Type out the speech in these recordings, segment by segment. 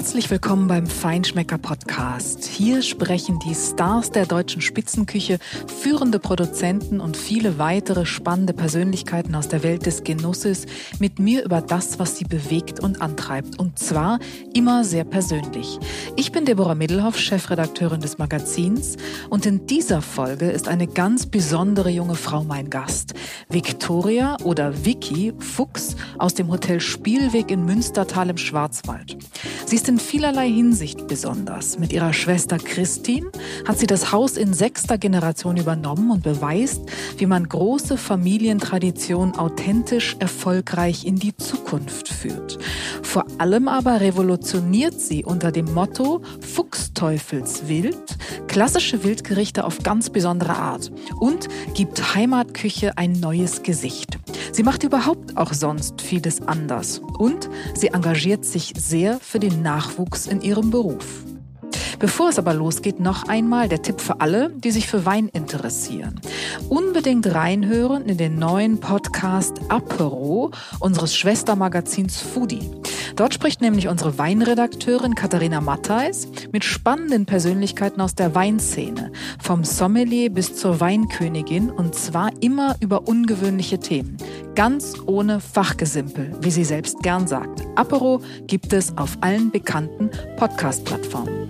Herzlich willkommen beim Feinschmecker-Podcast. Hier sprechen die Stars der deutschen Spitzenküche, führende Produzenten und viele weitere spannende Persönlichkeiten aus der Welt des Genusses mit mir über das, was sie bewegt und antreibt. Und zwar immer sehr persönlich. Ich bin Deborah Middelhoff, Chefredakteurin des Magazins, und in dieser Folge ist eine ganz besondere junge Frau mein Gast. Viktoria oder Vicky Fuchs aus dem Hotel Spielweg in Münstertal im Schwarzwald. Sie ist in vielerlei Hinsicht besonders. Mit ihrer Schwester Christine hat sie das Haus in 6. Generation übernommen und beweist, wie man große Familientraditionen authentisch erfolgreich in die Zukunft führt. Vor allem aber revolutioniert sie unter dem Motto Fuchsteufelswild klassische Wildgerichte auf ganz besondere Art und gibt Heimatküche ein neues Gesicht. Sie macht überhaupt auch sonst vieles anders und sie engagiert sich sehr für den Nachwuchs in ihrem Beruf. Bevor es aber losgeht, noch einmal der Tipp für alle, die sich für Wein interessieren. Unbedingt reinhören in den neuen Podcast Apero unseres Schwestermagazins Foodie. Dort spricht nämlich unsere Weinredakteurin Katharina Mattheis mit spannenden Persönlichkeiten aus der Weinszene, vom Sommelier bis zur Weinkönigin, und zwar immer über ungewöhnliche Themen. Ganz ohne Fachgesimpel, wie sie selbst gern sagt. Apero gibt es auf allen bekannten Podcast-Plattformen.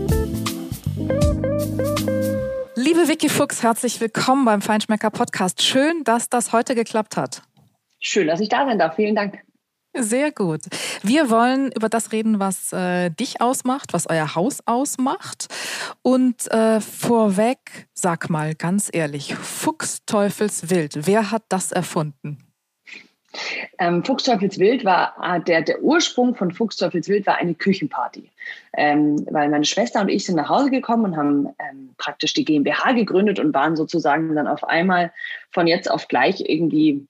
Liebe Vicky Fuchs, herzlich willkommen beim Feinschmecker-Podcast. Schön, dass das heute geklappt hat. Schön, dass ich da sein darf. Vielen Dank. Sehr gut. Wir wollen über das reden, was dich ausmacht, was euer Haus ausmacht. Und vorweg, sag mal ganz ehrlich, Fuchsteufelswild, wer hat das erfunden? Fuchsteufelswild war, der Ursprung von Fuchsteufelswild war eine Küchenparty. Weil meine Schwester und ich sind nach Hause gekommen und haben praktisch die GmbH gegründet und waren sozusagen dann auf einmal von jetzt auf gleich irgendwie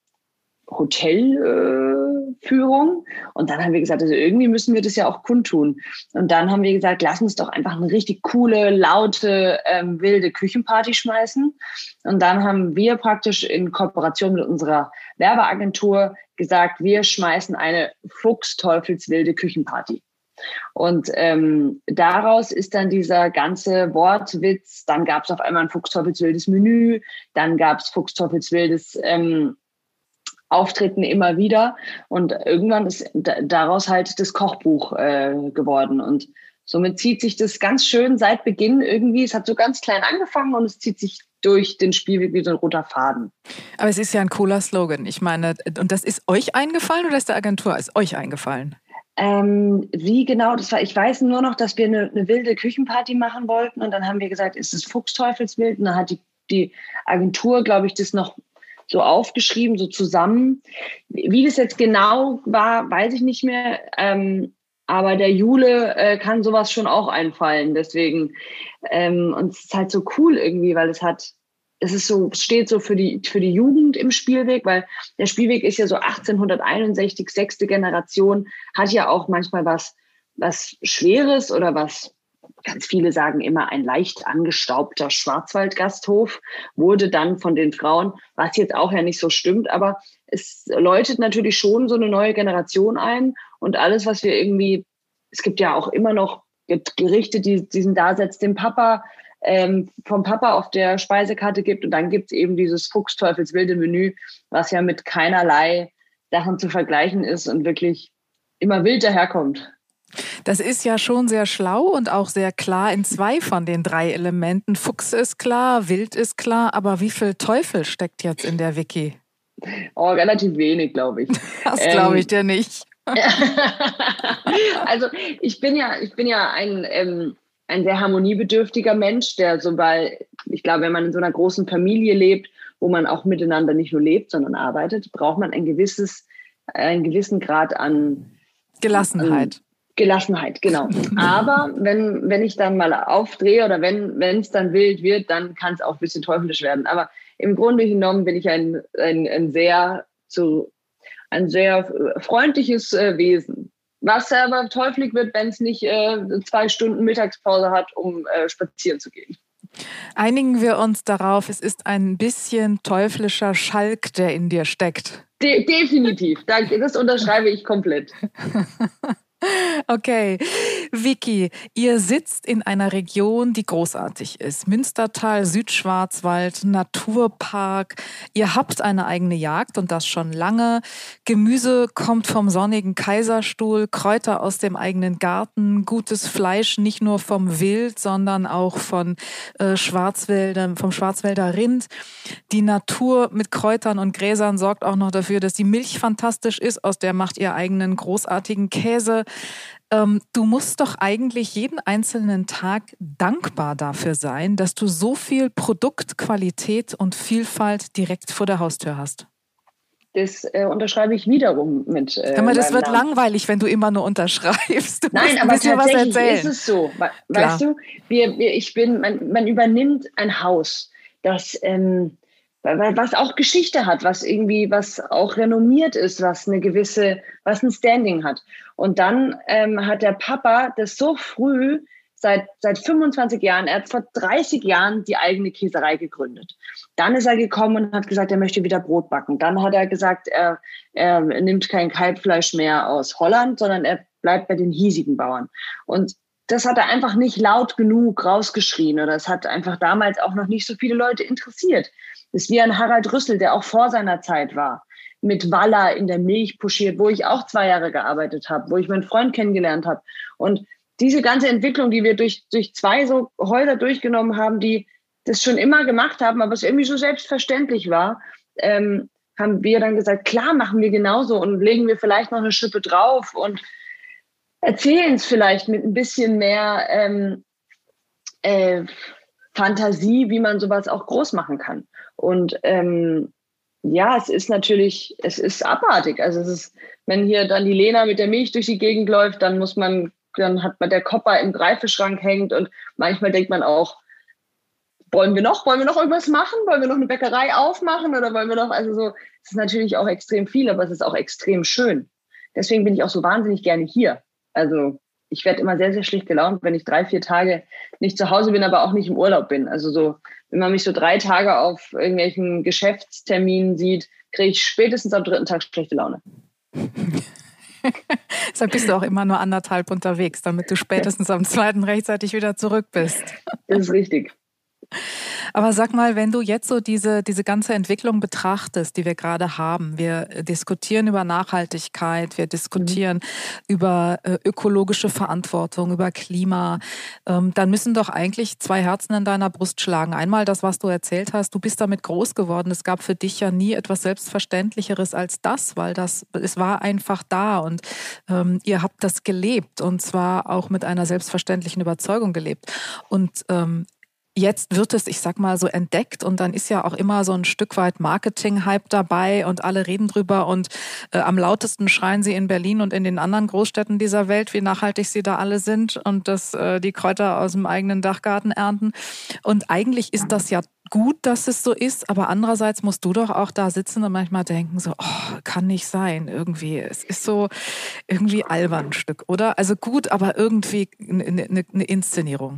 Hotelführung. Und dann haben wir gesagt, also irgendwie müssen wir das ja auch kundtun. Und dann haben wir gesagt, lass uns doch einfach eine richtig coole, laute, wilde Küchenparty schmeißen. Und dann haben wir praktisch in Kooperation mit unserer Werbeagentur gesagt, wir schmeißen eine Fuchsteufelswilde Küchenparty. Und daraus ist dann dieser ganze Wortwitz, dann gab es auf einmal ein Fuchsteufelswildes Menü, dann gab es Fuchsteufelswildes Auftreten immer wieder, und irgendwann ist daraus halt das Kochbuch geworden, und somit zieht sich das ganz schön seit Beginn irgendwie. Es hat so ganz klein angefangen und es zieht sich durch den Spielweg wie so ein roter Faden. Aber es ist ja ein cooler Slogan. Ich meine, und das ist euch eingefallen oder ist der Agentur euch eingefallen? Wie genau das war, ich weiß nur noch, dass wir eine wilde Küchenparty machen wollten, und dann haben wir gesagt, ist es Fuchsteufelswild? Und dann hat die Agentur, glaube ich, das noch so aufgeschrieben, so zusammen. Wie das jetzt genau war, weiß ich nicht mehr. Aber der Jule kann sowas schon auch einfallen. Deswegen, und es ist halt so cool irgendwie, weil es steht so für die Jugend im Spielweg, weil der Spielweg ist ja so 1861, 6. Generation, hat ja auch manchmal was Schweres oder was. Ganz viele sagen immer, ein leicht angestaubter Schwarzwaldgasthof wurde dann von den Frauen, was jetzt auch ja nicht so stimmt, aber es läutet natürlich schon so eine neue Generation ein, und alles, was wir irgendwie, es gibt ja auch immer noch Gerichte, die diesen Dasatz dem Papa, vom Papa auf der Speisekarte gibt, und dann gibt es eben dieses Fuchsteufelswilde Menü, was ja mit keinerlei Sachen zu vergleichen ist und wirklich immer wild daherkommt. Das ist ja schon sehr schlau und auch sehr klar in 2 von den 3 Elementen. Fuchs ist klar, Wild ist klar, aber wie viel Teufel steckt jetzt in der Vicky? Oh, relativ wenig, glaube ich. Das glaube ich dir nicht. Also ich bin ja ein sehr harmoniebedürftiger Mensch, ich glaube, wenn man in so einer großen Familie lebt, wo man auch miteinander nicht nur lebt, sondern arbeitet, braucht man einen gewissen Grad an Gelassenheit. Gelassenheit, genau. Aber wenn ich dann mal aufdrehe oder wenn es dann wild wird, dann kann es auch ein bisschen teuflisch werden. Aber im Grunde genommen bin ich ein sehr freundliches Wesen. Was aber teuflig wird, wenn es nicht 2 Stunden Mittagspause hat, um spazieren zu gehen. Einigen wir uns darauf, es ist ein bisschen teuflischer Schalk, der in dir steckt. Definitiv. Das unterschreibe ich komplett. Okay, Vicky, ihr sitzt in einer Region, die großartig ist. Münstertal, Südschwarzwald, Naturpark. Ihr habt eine eigene Jagd und das schon lange. Gemüse kommt vom sonnigen Kaiserstuhl, Kräuter aus dem eigenen Garten, gutes Fleisch nicht nur vom Wild, sondern auch vom Schwarzwälder Rind. Die Natur mit Kräutern und Gräsern sorgt auch noch dafür, dass die Milch fantastisch ist. Aus der macht ihr eigenen großartigen Käse. Du musst doch eigentlich jeden einzelnen Tag dankbar dafür sein, dass du so viel Produktqualität und Vielfalt direkt vor der Haustür hast. Das unterschreibe ich wiederum mit. Aber das wird langweilig, wenn du immer nur unterschreibst. Du Nein, aber tatsächlich ist es so. Weißt du, man übernimmt ein Haus, das was auch Geschichte hat, was auch renommiert ist, was ein Standing hat. Und dann hat der Papa das so früh, seit 25 Jahren, er hat vor 30 Jahren die eigene Käserei gegründet. Dann ist er gekommen und hat gesagt, er möchte wieder Brot backen. Dann hat er gesagt, er nimmt kein Kalbfleisch mehr aus Holland, sondern er bleibt bei den hiesigen Bauern. Und das hat er einfach nicht laut genug rausgeschrien oder es hat einfach damals auch noch nicht so viele Leute interessiert. Das ist wie ein Harald Rüssel, der auch vor seiner Zeit war, mit Walla in der Milch pochiert, wo ich auch 2 Jahre gearbeitet habe, wo ich meinen Freund kennengelernt habe. Und diese ganze Entwicklung, die wir durch 2 so Häuser durchgenommen haben, die das schon immer gemacht haben, aber es irgendwie so selbstverständlich war, haben wir dann gesagt, klar, machen wir genauso und legen wir vielleicht noch eine Schippe drauf und erzählen es vielleicht mit ein bisschen mehr Fantasie, wie man sowas auch groß machen kann. Und es ist abartig. Also wenn hier dann die Lena mit der Milch durch die Gegend läuft, dann hat man der Kopper im Greifeschrank hängt und manchmal denkt man auch, wollen wir noch irgendwas machen? Wollen wir noch eine Bäckerei aufmachen oder wollen wir noch, also so, es ist natürlich auch extrem viel, aber es ist auch extrem schön. Deswegen bin ich auch so wahnsinnig gerne hier. Also ich werde immer sehr, sehr schlecht gelaunt, wenn ich 3-4 Tage nicht zu Hause bin, aber auch nicht im Urlaub bin. Also so, wenn man mich so 3 Tage auf irgendwelchen Geschäftsterminen sieht, kriege ich spätestens am 3. Tag schlechte Laune. Deshalb bist du auch immer nur 1,5 unterwegs, damit du spätestens am 2. rechtzeitig wieder zurück bist. Das ist richtig. Aber sag mal, wenn du jetzt so diese ganze Entwicklung betrachtest, die wir gerade haben, wir diskutieren über Nachhaltigkeit, wir diskutieren über ökologische Verantwortung, über Klima, dann müssen doch eigentlich 2 Herzen in deiner Brust schlagen. Einmal das, was du erzählt hast, du bist damit groß geworden. Es gab für dich ja nie etwas Selbstverständlicheres als das, weil es war einfach da und ihr habt das gelebt und zwar auch mit einer selbstverständlichen Überzeugung gelebt. Und jetzt wird es, ich sag mal, so entdeckt und dann ist ja auch immer so ein Stück weit Marketing-Hype dabei und alle reden drüber und am lautesten schreien sie in Berlin und in den anderen Großstädten dieser Welt, wie nachhaltig sie da alle sind und dass die Kräuter aus dem eigenen Dachgarten ernten. Und eigentlich ist das ja gut, dass es so ist, aber andererseits musst du doch auch da sitzen und manchmal denken so, oh, kann nicht sein irgendwie. Es ist so irgendwie albern ein Stück, oder? Also gut, aber irgendwie eine Inszenierung.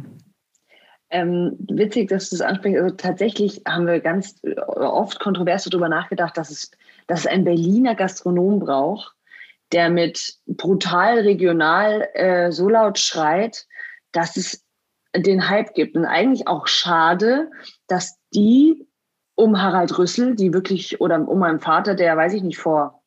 Witzig, dass du das ansprichst. Also tatsächlich haben wir ganz oft kontrovers darüber nachgedacht, dass es einen Berliner Gastronom braucht, der mit brutal regional so laut schreit, dass es den Hype gibt. Und eigentlich auch schade, dass die um Harald Rüssel, die wirklich, oder um meinen Vater, der, weiß ich nicht, vor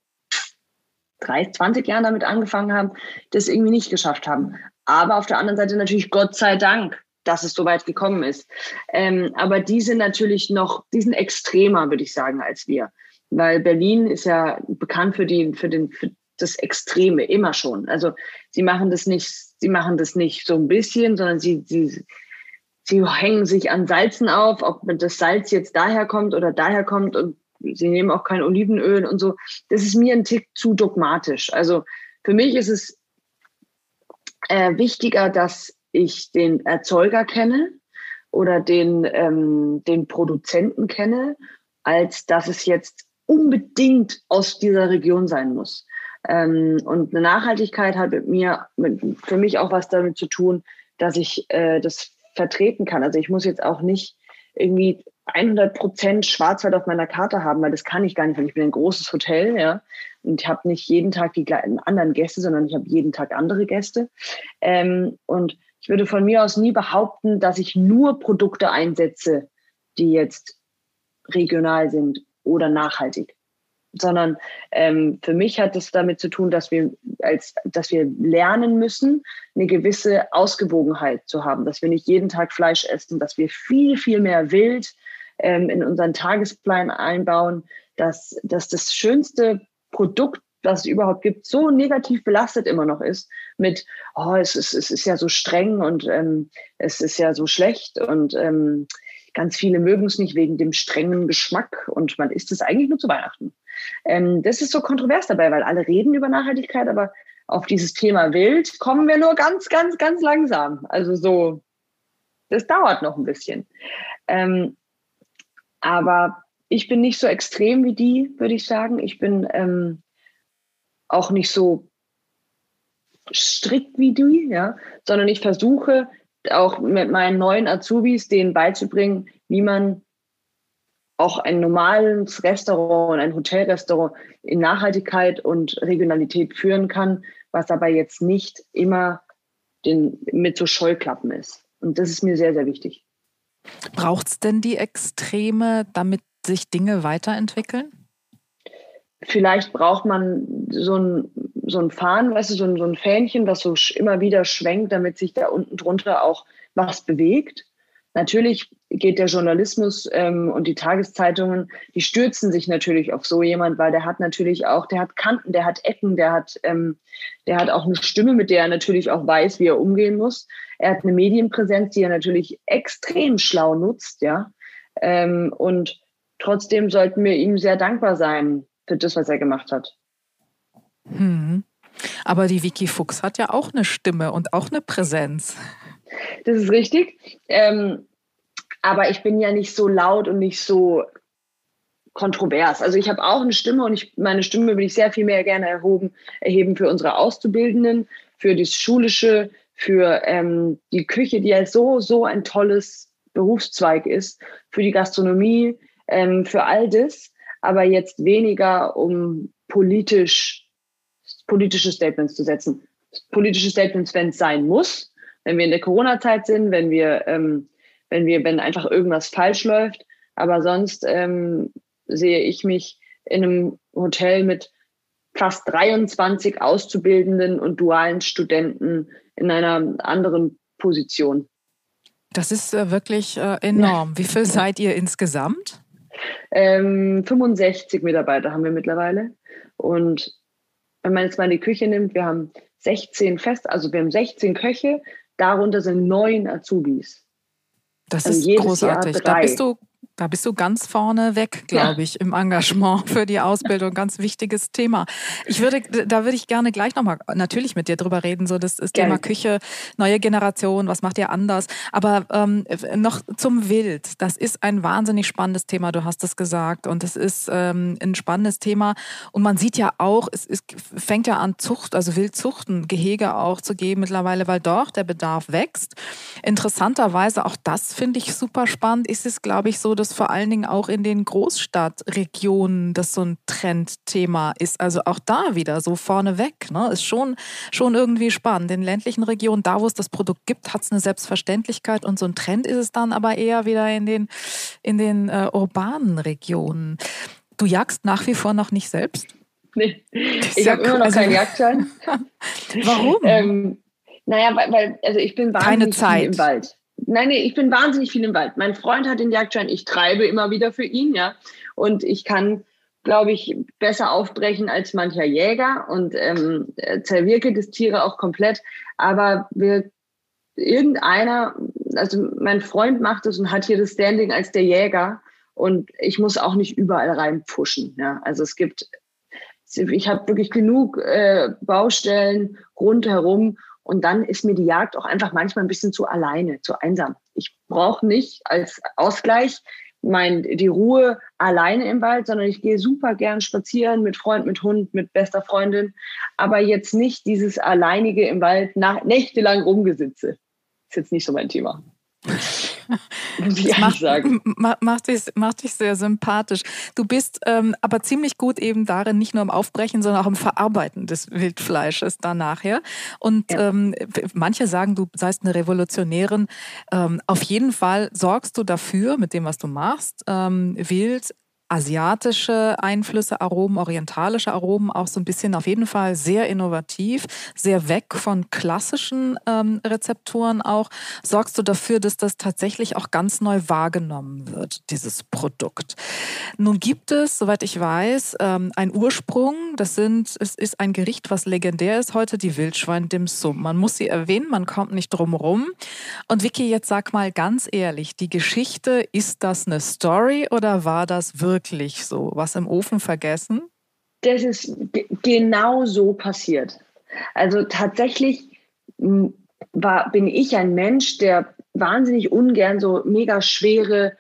20 Jahren damit angefangen haben, das irgendwie nicht geschafft haben. Aber auf der anderen Seite natürlich Gott sei Dank, dass es so weit gekommen ist. Aber die sind natürlich die sind extremer, würde ich sagen, als wir. Weil Berlin ist ja bekannt für das Extreme, immer schon. Also sie machen das nicht so ein bisschen, sondern sie hängen sich an Salzen auf, ob das Salz jetzt daher kommt oder daher kommt und sie nehmen auch kein Olivenöl und so. Das ist mir ein Tick zu dogmatisch. Also für mich ist es wichtiger, dass ich den Erzeuger kenne oder den Produzenten kenne, als dass es jetzt unbedingt aus dieser Region sein muss. Und eine Nachhaltigkeit hat für mich auch was damit zu tun, dass ich das vertreten kann. Also ich muss jetzt auch nicht irgendwie 100% Schwarzwald auf meiner Karte haben, weil das kann ich gar nicht, weil ich bin ein großes Hotel, ja, und ich habe nicht jeden Tag die anderen Gäste, sondern ich habe jeden Tag andere Gäste. Und ich würde von mir aus nie behaupten, dass ich nur Produkte einsetze, die jetzt regional sind oder nachhaltig, sondern für mich hat es damit zu tun, dass wir lernen müssen, eine gewisse Ausgewogenheit zu haben, dass wir nicht jeden Tag Fleisch essen, dass wir viel, viel mehr Wild in unseren Tagesplan einbauen, dass das schönste Produkt, das es überhaupt gibt, so negativ belastet immer noch ist mit, es ist ja so streng und es ist ja so schlecht und ganz viele mögen es nicht wegen dem strengen Geschmack und man isst es eigentlich nur zu Weihnachten. Das ist so kontrovers dabei, weil alle reden über Nachhaltigkeit, aber auf dieses Thema Wild kommen wir nur ganz, ganz, ganz langsam. Also so, das dauert noch ein bisschen. Aber ich bin nicht so extrem wie die, würde ich sagen. Ich bin auch nicht so strikt wie die, ja, sondern ich versuche auch mit meinen neuen Azubis denen beizubringen, wie man auch ein normales Restaurant und ein Hotelrestaurant in Nachhaltigkeit und Regionalität führen kann, was aber jetzt nicht immer mit so Scheuklappen ist. Und das ist mir sehr, sehr wichtig. Braucht es denn die Extreme, damit sich Dinge weiterentwickeln? Vielleicht braucht man so ein Fahnen, weißt du, so ein Fähnchen, was so immer wieder schwenkt, damit sich da unten drunter auch was bewegt. Natürlich geht der Journalismus und die Tageszeitungen, die stürzen sich natürlich auf so jemand, weil der hat Kanten, der hat Ecken, der hat auch eine Stimme, mit der er natürlich auch weiß, wie er umgehen muss. Er hat eine Medienpräsenz, die er natürlich extrem schlau nutzt, ja. Und trotzdem sollten wir ihm sehr dankbar sein für das, was er gemacht hat. Aber die Vicky Fuchs hat ja auch eine Stimme und auch eine Präsenz. Das ist richtig. Aber ich bin ja nicht so laut und nicht so kontrovers. Also ich habe auch eine Stimme und meine Stimme würde ich sehr viel mehr gerne erheben für unsere Auszubildenden, für das Schulische, für die Küche, die ja so ein tolles Berufszweig ist, für die Gastronomie, für all das, aber jetzt weniger um politische Statements zu setzen. Politische Statements, wenn es sein muss, wenn wir in der Corona-Zeit sind, wenn einfach irgendwas falsch läuft. Aber sonst sehe ich mich in einem Hotel mit fast 23 Auszubildenden und dualen Studenten in einer anderen Position. Das ist wirklich enorm. Ja. Wie viel seid ihr insgesamt? 65 Mitarbeiter haben wir mittlerweile. Und wenn man jetzt mal die Küche nimmt, wir haben 16 Köche, darunter sind 9 Azubis. Das ist großartig. Da bist du ganz vorne weg, glaube ich, im Engagement für die Ausbildung. Ganz wichtiges Thema. Da würde ich gerne gleich nochmal natürlich mit dir drüber reden. So das Thema Küche, neue Generation, was macht ihr anders? Aber noch zum Wild. Das ist ein wahnsinnig spannendes Thema, du hast es gesagt. Und es ist ein spannendes Thema. Und man sieht ja auch, es fängt ja an, Wildzuchten, Gehege auch zu geben mittlerweile, weil dort der Bedarf wächst. Interessanterweise, auch das finde ich super spannend, ist es, glaube ich, so, dass vor allen Dingen auch in den Großstadtregionen das so ein Trendthema ist. Also auch da wieder so vorneweg, ne? Ist schon irgendwie spannend. In ländlichen Regionen, da wo es das Produkt gibt, hat es eine Selbstverständlichkeit und so ein Trend ist es dann aber eher wieder in den urbanen Regionen. Du jagst nach wie vor noch nicht selbst? Nee, ich habe immer noch keinen Jagdschein. Warum? Weil ich bin wahnsinnig viel im Wald. Nein, ich bin wahnsinnig viel im Wald. Mein Freund hat den Jagdschein, ich treibe immer wieder für ihn, ja. Und ich kann, glaube ich, besser aufbrechen als mancher Jäger und zerwirke das Tiere auch komplett. Aber mein Freund macht es und hat hier das Standing als der Jäger und ich muss auch nicht überall reinpfuschen, ja. Also ich habe wirklich genug Baustellen rundherum. Und dann ist mir die Jagd auch einfach manchmal ein bisschen zu alleine, zu einsam. Ich brauche nicht als Ausgleich die Ruhe alleine im Wald, sondern ich gehe super gern spazieren mit Freund, mit Hund, mit bester Freundin. Aber jetzt nicht dieses alleinige im Wald nächtelang rumgesitze. Ist jetzt nicht so mein Thema. muss ich ehrlich sagen. Macht dich sehr sympathisch. Du bist aber ziemlich gut eben darin, nicht nur im Aufbrechen, sondern auch im Verarbeiten des Wildfleisches dann nachher. Und Ja. manche sagen, du seist eine Revolutionärin. Auf jeden Fall sorgst du dafür, mit dem, was du machst, Wild asiatische Einflüsse, Aromen, orientalische Aromen, auch so ein bisschen auf jeden Fall sehr innovativ, sehr weg von klassischen Rezepturen auch. Sorgst du dafür, dass das tatsächlich auch ganz neu wahrgenommen wird, dieses Produkt? Nun gibt es, soweit ich weiß, einen Ursprung. Es ist ein Gericht, was legendär ist heute, die Wildschwein Dim Sum. Man muss sie erwähnen, man kommt nicht drum rum. Und Vicky, jetzt sag mal ganz ehrlich, die Geschichte, ist das eine Story oder war das wirklich so? Was im Ofen vergessen? Das ist genau so passiert. Also tatsächlich bin ich ein Mensch, der wahnsinnig ungern so mega schwere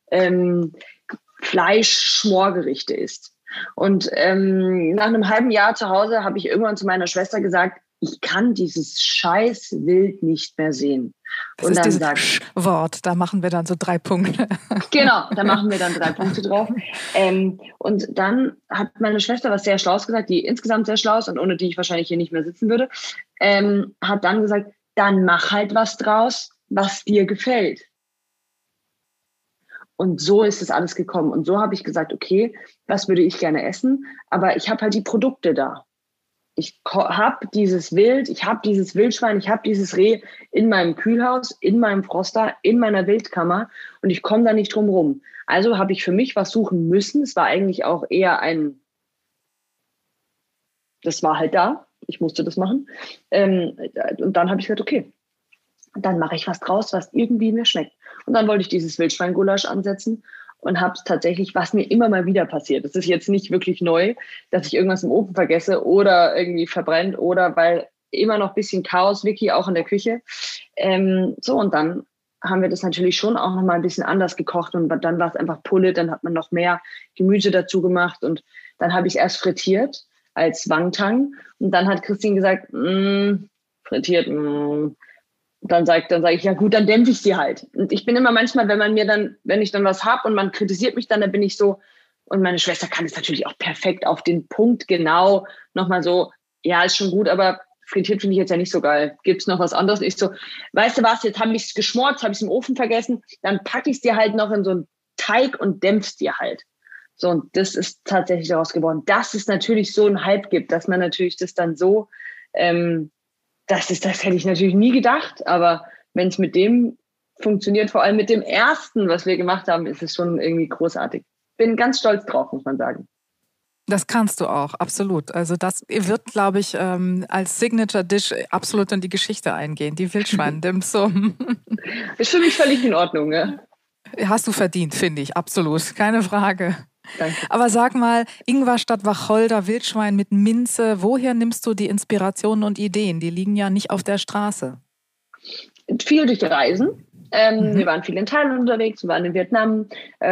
Fleischschmorgerichte isst. Und nach einem halben Jahr zu Hause habe ich irgendwann zu meiner Schwester gesagt, ich kann dieses scheiß Wild nicht mehr sehen. Das ist dieses Wort, da machen wir dann so 3 Punkte. Genau, da machen wir dann 3 Punkte drauf. Und dann hat meine Schwester was sehr Schlaues gesagt, die insgesamt sehr schlau ist und ohne die ich wahrscheinlich hier nicht mehr sitzen würde, hat dann gesagt, dann mach halt was draus, was dir gefällt. Und so ist es alles gekommen. Und so habe ich gesagt, okay, was würde ich gerne essen? Aber ich habe halt die Produkte da. Ich habe dieses Wild, ich habe dieses Wildschwein, ich habe dieses Reh in meinem Kühlhaus, in meinem Froster, in meiner Wildkammer und ich komme da nicht drum rum. Also habe ich für mich was suchen müssen. Es war eigentlich auch eher das war halt da. Ich musste das machen. Und dann habe ich gesagt, okay, dann mache ich was draus, was irgendwie mir schmeckt. Und dann wollte ich dieses Wildschweingulasch ansetzen und habe es tatsächlich, was mir immer mal wieder passiert. Es ist jetzt nicht wirklich neu, dass ich irgendwas im Ofen vergesse oder irgendwie verbrennt oder weil immer noch ein bisschen Chaos, Vicky, auch in der Küche. Und dann haben wir das natürlich schon auch noch mal ein bisschen anders gekocht und dann war es einfach Pulle, dann hat man noch mehr Gemüse dazu gemacht und dann habe ich es erst frittiert als Wangtang und dann hat Christine gesagt, frittiert, Dann sage ich, ja gut, dann dämpfe ich sie halt. Und ich bin immer manchmal, wenn ich dann was habe und man kritisiert mich dann bin ich so, und meine Schwester kann es natürlich auch perfekt auf den Punkt genau nochmal so, ja, ist schon gut, aber frittiert finde ich jetzt ja nicht so geil. Gibt es noch was anderes? Und ich so, weißt du was, jetzt habe ich es geschmort, habe ich es im Ofen vergessen, dann packe ich es dir halt noch in so einen Teig und dämpfst dir halt. So, und das ist tatsächlich daraus geworden. Dass es natürlich so einen Hype gibt, dass man natürlich das dann so das hätte ich natürlich nie gedacht, aber wenn es mit dem funktioniert, vor allem mit dem ersten, was wir gemacht haben, ist es schon irgendwie großartig. Bin ganz stolz drauf, muss man sagen. Das kannst du auch, absolut. Also das wird, glaube ich, als Signature-Dish absolut in die Geschichte eingehen, die Wildschwein-Dim Sum. Ist für mich völlig in Ordnung, ja. Hast du verdient, finde ich, absolut, keine Frage. Danke. Aber sag mal, Ingwer statt Wacholder, Wildschwein mit Minze, woher nimmst du die Inspirationen und Ideen? Die liegen ja nicht auf der Straße. Viel durch Reisen. Wir waren viel in Thailand unterwegs, wir waren in Vietnam.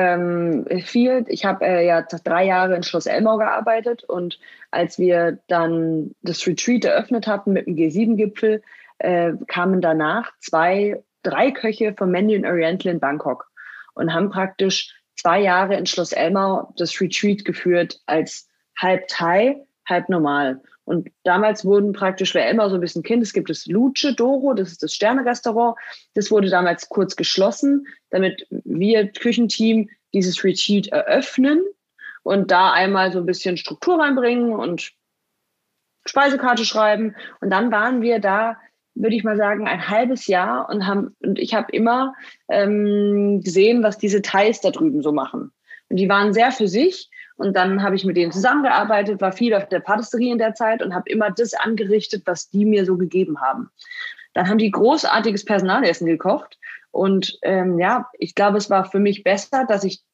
Ich habe ja 3 Jahre in Schloss Elmau gearbeitet und als wir dann das Retreat eröffnet hatten mit dem G7-Gipfel, kamen danach 3 Köche vom Mandarin Oriental in Bangkok und haben praktisch 2 Jahre in Schloss Elmau das Retreat geführt als halb Thai, halb normal. Und damals wurden praktisch, wer immer so ein bisschen kennt, es gibt das Luce Doro, das ist das Sterne-Restaurant. Das wurde damals kurz geschlossen, damit wir Küchenteam dieses Retreat eröffnen und da einmal so ein bisschen Struktur reinbringen und Speisekarte schreiben. Und dann waren wir da, würde ich mal sagen, ein halbes Jahr und ich habe immer gesehen, was diese Thais da drüben so machen. Und die waren sehr für sich. Und dann habe ich mit denen zusammengearbeitet, war viel auf der Patisserie in der Zeit und habe immer das angerichtet, was die mir so gegeben haben. Dann haben die großartiges Personalessen gekocht. Und ich glaube, es war für mich besser, dass ich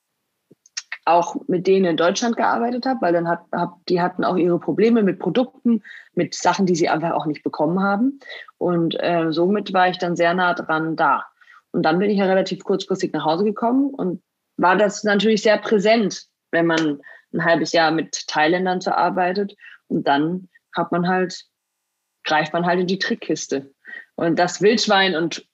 auch mit denen in Deutschland gearbeitet habe, weil dann die hatten auch ihre Probleme mit Produkten, mit Sachen, die sie einfach auch nicht bekommen haben. Und somit war ich dann sehr nah dran da. Und dann bin ich ja relativ kurzfristig nach Hause gekommen und war das natürlich sehr präsent, wenn man ein halbes Jahr mit Thailändern arbeitet. Und dann greift man halt in die Trickkiste. Und das Wildschwein und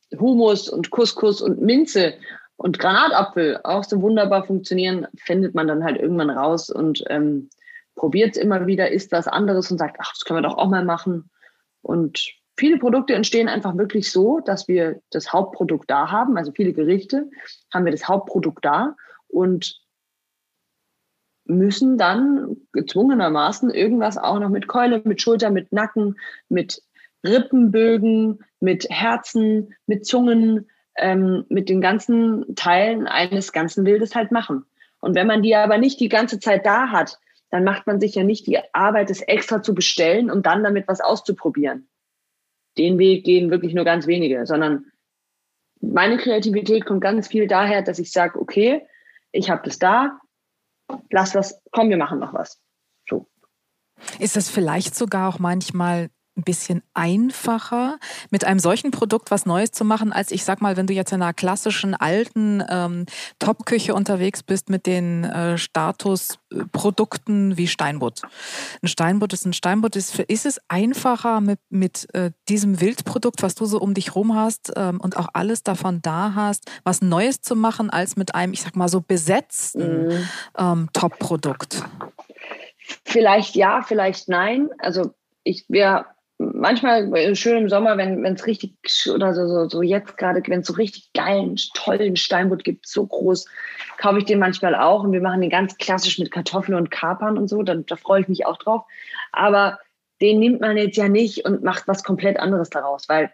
Hummus und Couscous und Minze und Granatapfel auch so wunderbar funktionieren, findet man dann halt irgendwann raus und probiert es immer wieder, isst was anderes und sagt, ach, das können wir doch auch mal machen. Und viele Produkte entstehen einfach wirklich so, dass wir das Hauptprodukt da haben. Also viele Gerichte haben wir das Hauptprodukt da und müssen dann gezwungenermaßen irgendwas auch noch mit Keule, mit Schulter, mit Nacken, mit Rippenbögen, mit Herzen, mit Zungen, mit den ganzen Teilen eines ganzen Bildes halt machen. Und wenn man die aber nicht die ganze Zeit da hat, dann macht man sich ja nicht die Arbeit, es extra zu bestellen, um dann damit was auszuprobieren. Den Weg gehen wirklich nur ganz wenige, sondern meine Kreativität kommt ganz viel daher, dass ich sage, okay, ich habe das da, lass was, komm, wir machen noch was. So. Ist es vielleicht sogar auch manchmal ein bisschen einfacher, mit einem solchen Produkt was Neues zu machen, als ich sag mal, wenn du jetzt in einer klassischen alten Top-Küche unterwegs bist mit den Statusprodukten wie Steinbutt. Ein Steinbutt ist ein Steinbutt. Ist es einfacher mit diesem Wildprodukt, was du so um dich rum hast und auch alles davon da hast, was Neues zu machen, als mit einem, ich sag mal so, besetzten Top-Produkt? Vielleicht ja, vielleicht nein. Also manchmal schön im Sommer, wenn es richtig oder so jetzt gerade, wenn es so richtig geilen, tollen Steinbutt gibt, so groß, kaufe ich den manchmal auch und wir machen den ganz klassisch mit Kartoffeln und Kapern und so, da freue ich mich auch drauf. Aber den nimmt man jetzt ja nicht und macht was komplett anderes daraus, weil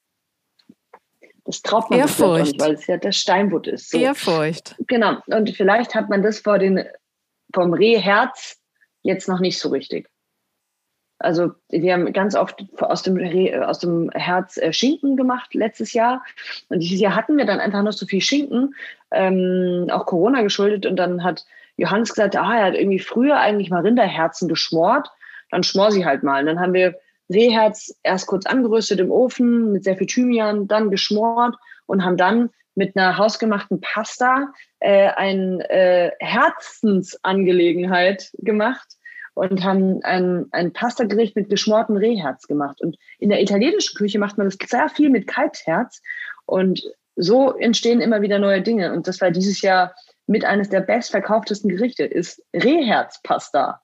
das traut man sich auch nicht, weil es ja der Steinbutt ist. So. Ehrfurcht. Genau. Und vielleicht hat man das vom Rehherz jetzt noch nicht so richtig. Also wir haben ganz oft aus dem Herz Schinken gemacht letztes Jahr. Und dieses Jahr hatten wir dann einfach noch so viel Schinken, auch Corona geschuldet. Und dann hat Johannes gesagt, er hat irgendwie früher eigentlich mal Rinderherzen geschmort. Dann schmor sie halt mal. Und dann haben wir Rehherz erst kurz angeröstet im Ofen mit sehr viel Thymian, dann geschmort und haben dann mit einer hausgemachten Pasta eine Herzensangelegenheit gemacht. Und haben ein Pastagericht mit geschmortem Rehherz gemacht. Und in der italienischen Küche macht man das sehr viel mit Kalbsherz. Und so entstehen immer wieder neue Dinge. Und das war dieses Jahr mit eines der bestverkauftesten Gerichte, ist Rehherzpasta.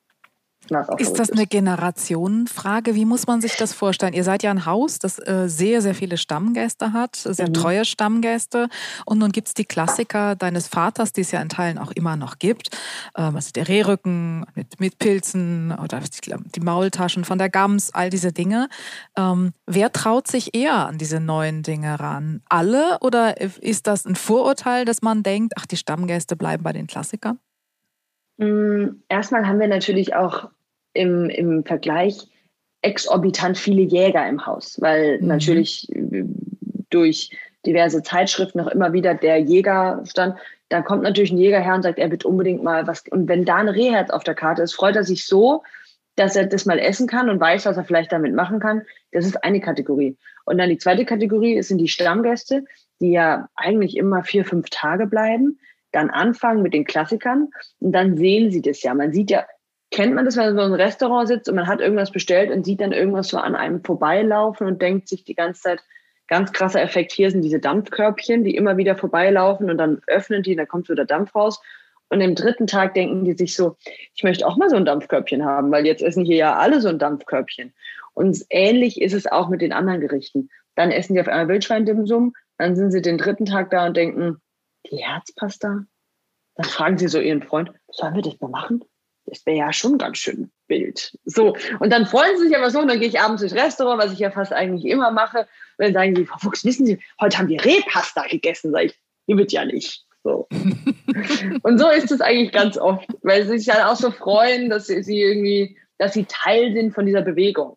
Ist das eine Generationenfrage? Wie muss man sich das vorstellen? Ihr seid ja ein Haus, das sehr, sehr viele Stammgäste hat, sehr treue Stammgäste. Und nun gibt es die Klassiker deines Vaters, die es ja in Teilen auch immer noch gibt. Also der Rehrücken mit Pilzen oder die Maultaschen von der Gams, all diese Dinge. Wer traut sich eher an diese neuen Dinge ran? Alle oder ist das ein Vorurteil, dass man denkt, ach, die Stammgäste bleiben bei den Klassikern? Erstmal haben wir natürlich auch im Vergleich exorbitant viele Jäger im Haus, weil natürlich durch diverse Zeitschriften noch immer wieder der Jäger stand. Da kommt natürlich ein Jäger her und sagt, er wird unbedingt mal was. Und wenn da ein Rehherz auf der Karte ist, freut er sich so, dass er das mal essen kann und weiß, was er vielleicht damit machen kann. Das ist eine Kategorie. Und dann die zweite Kategorie sind die Stammgäste, die ja eigentlich immer 4-5 Tage bleiben. Dann anfangen mit den Klassikern und dann sehen sie das ja. Man sieht ja, kennt man das, wenn man so in einem Restaurant sitzt und man hat irgendwas bestellt und sieht dann irgendwas so an einem vorbeilaufen und denkt sich die ganze Zeit, ganz krasser Effekt, hier sind diese Dampfkörbchen, die immer wieder vorbeilaufen und dann öffnen die, dann kommt so der Dampf raus. Und am dritten Tag denken die sich so, ich möchte auch mal so ein Dampfkörbchen haben, weil jetzt essen hier ja alle so ein Dampfkörbchen. Und ähnlich ist es auch mit den anderen Gerichten. Dann essen die auf einmal Wildschwein-Dimsum, dann sind sie den dritten Tag da und denken, die Herzpasta? Dann fragen sie so ihren Freund, sollen wir das mal machen? Das wäre ja schon ganz schön wild. So, und dann freuen sie sich aber so, und dann gehe ich abends ins Restaurant, was ich ja fast eigentlich immer mache, und dann sagen sie, Frau Fuchs, wissen Sie, heute haben wir Rehpasta gegessen. Sag ich, die wird ja nicht. So. Und so ist es eigentlich ganz oft, weil sie sich dann auch so freuen, dass sie Teil sind von dieser Bewegung.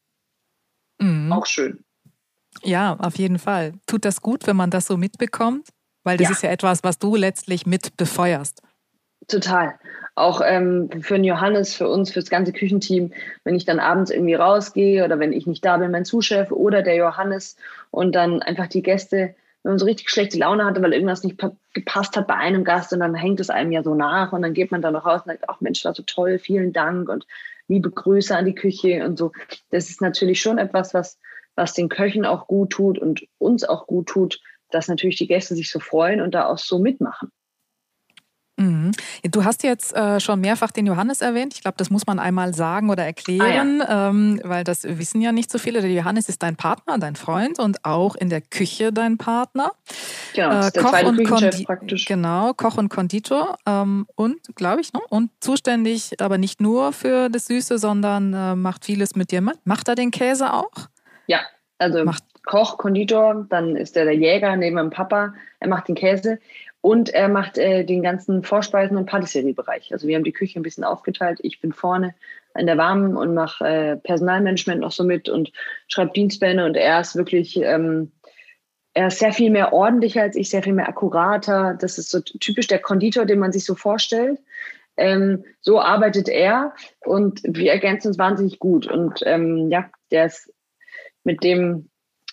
Auch schön. Ja, auf jeden Fall. Tut das gut, wenn man das so mitbekommt? Weil das ist ja etwas, was du letztlich mit befeuerst. Total. Auch für den Johannes, für uns, für das ganze Küchenteam, wenn ich dann abends irgendwie rausgehe oder wenn ich nicht da bin, mein Zuschef oder der Johannes und dann einfach die Gäste, wenn man so richtig schlechte Laune hatte, weil irgendwas nicht gepasst hat bei einem Gast und dann hängt es einem ja so nach und dann geht man da noch raus und sagt, ach Mensch, war so toll, vielen Dank und liebe Grüße an die Küche und so. Das ist natürlich schon etwas, was was den Köchen auch gut tut und uns auch gut tut, dass natürlich die Gäste sich so freuen und da auch so mitmachen. Mhm. Du hast jetzt schon mehrfach den Johannes erwähnt. Ich glaube, das muss man einmal sagen oder erklären, weil das wissen ja nicht so viele. Der Johannes ist dein Partner, dein Freund und auch in der Küche dein Partner. Genau, das ist der zweite Küchenchef praktisch. Genau, Koch und Konditor und, glaube ich, ne? Und zuständig, aber nicht nur für das Süße, sondern macht vieles mit dir mit. Macht er den Käse auch? Ja, also Koch, Konditor, dann ist er der Jäger neben meinem Papa. Er macht den Käse. Und er macht den ganzen Vorspeisen- und Patisserie-Bereich. Also wir haben die Küche ein bisschen aufgeteilt. Ich bin vorne in der Warmen und mache Personalmanagement noch so mit und schreibe Dienstpläne. Und er ist wirklich, er ist sehr viel mehr ordentlicher als ich, sehr viel mehr akkurater. Das ist so typisch der Konditor, den man sich so vorstellt. So arbeitet er und wir ergänzen uns wahnsinnig gut. Und der ist mit dem,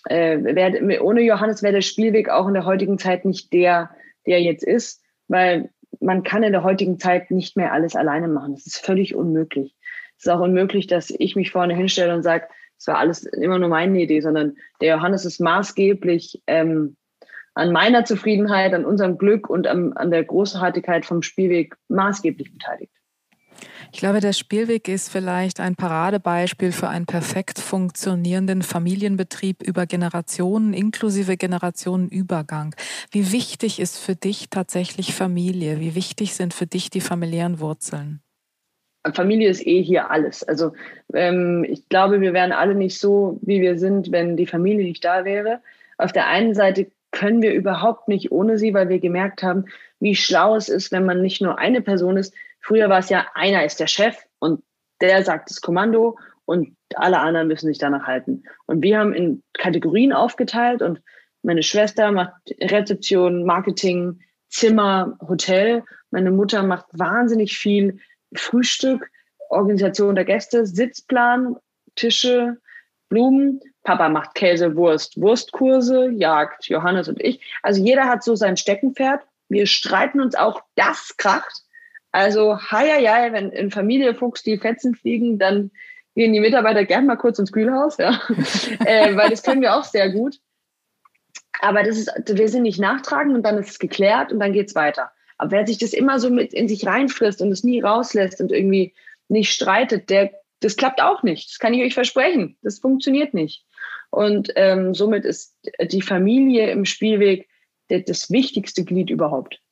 ohne Johannes wäre der Spielweg auch in der heutigen Zeit nicht der jetzt ist, weil man kann in der heutigen Zeit nicht mehr alles alleine machen. Das ist völlig unmöglich. Es ist auch unmöglich, dass ich mich vorne hinstelle und sage, es war alles immer nur meine Idee, sondern der Johannes ist maßgeblich an meiner Zufriedenheit, an unserem Glück und an der Großartigkeit vom Spielweg maßgeblich beteiligt. Ich glaube, der Spielweg ist vielleicht ein Paradebeispiel für einen perfekt funktionierenden Familienbetrieb über Generationen, inklusive Generationenübergang. Wie wichtig ist für dich tatsächlich Familie? Wie wichtig sind für dich die familiären Wurzeln? Familie ist hier alles. Also ich glaube, wir wären alle nicht so, wie wir sind, wenn die Familie nicht da wäre. Auf der einen Seite können wir überhaupt nicht ohne sie, weil wir gemerkt haben, wie schlau es ist, wenn man nicht nur eine Person ist. Früher war es ja, einer ist der Chef und der sagt das Kommando und alle anderen müssen sich danach halten. Und wir haben in Kategorien aufgeteilt und meine Schwester macht Rezeption, Marketing, Zimmer, Hotel. Meine Mutter macht wahnsinnig viel Frühstück, Organisation der Gäste, Sitzplan, Tische, Blumen. Papa macht Käse, Wurst, Wurstkurse, Jagd, Johannes und ich. Also jeder hat so sein Steckenpferd. Wir streiten uns auch, das kracht. Also, wenn in Familie Fuchs die Fetzen fliegen, dann gehen die Mitarbeiter gern mal kurz ins Kühlhaus, ja. Weil das können wir auch sehr gut. Aber wir sind nicht nachtragend und dann ist es geklärt und dann geht's weiter. Aber wer sich das immer so mit in sich reinfrisst und es nie rauslässt und irgendwie nicht streitet, das klappt auch nicht. Das kann ich euch versprechen. Das funktioniert nicht. Und somit ist die Familie im Spielweg das wichtigste Glied überhaupt.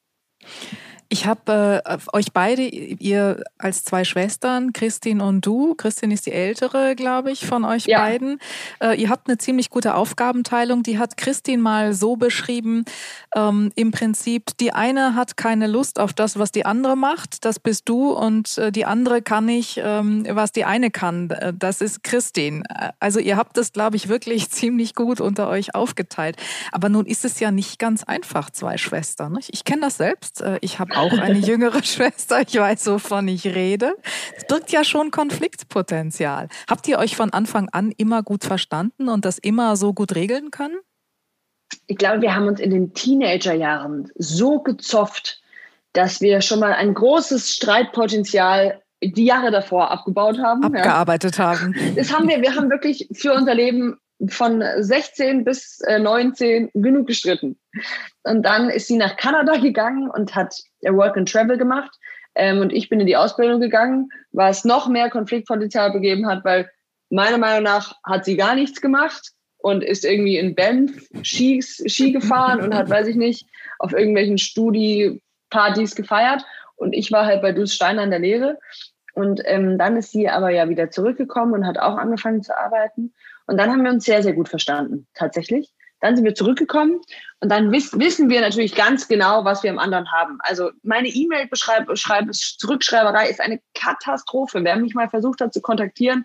Ich habe euch beide, ihr als zwei Schwestern, Christine und du. Christine ist die ältere, glaube ich, von euch beiden. Ihr habt eine ziemlich gute Aufgabenteilung. Die hat Christine mal so beschrieben, im Prinzip, die eine hat keine Lust auf das, was die andere macht. Das bist du. Und die andere kann nicht, was die eine kann. Das ist Christine. Also ihr habt das, glaube ich, wirklich ziemlich gut unter euch aufgeteilt. Aber nun ist es ja nicht ganz einfach, zwei Schwestern. Nicht? Ich kenne das selbst. Ich habe auch eine jüngere Schwester, ich weiß, wovon ich rede. Es birgt ja schon Konfliktpotenzial. Habt ihr euch von Anfang an immer gut verstanden und das immer so gut regeln können? Ich glaube, wir haben uns in den Teenagerjahren so gezofft, dass wir schon mal ein großes Streitpotenzial die Jahre davor abgebaut haben. Abgearbeitet haben. Das haben wir. Wir haben wirklich für unser Leben von 16 bis 19 genug gestritten. Und dann ist sie nach Kanada gegangen und hat Work and Travel gemacht. Und ich bin in die Ausbildung gegangen, was noch mehr Konfliktpotenzial begeben hat, weil meiner Meinung nach hat sie gar nichts gemacht und ist irgendwie in Banff Ski gefahren und hat, weiß ich nicht, auf irgendwelchen Studi-Partys gefeiert. Und ich war halt bei Dus Steiner in der Lehre. Und dann ist sie aber ja wieder zurückgekommen und hat auch angefangen zu arbeiten. Und dann haben wir uns sehr, sehr gut verstanden, tatsächlich. Dann sind wir zurückgekommen und dann wissen wir natürlich ganz genau, was wir im anderen haben. Also meine E-Mail-Zurückschreiberei ist eine Katastrophe. Wer mich mal versucht hat zu kontaktieren,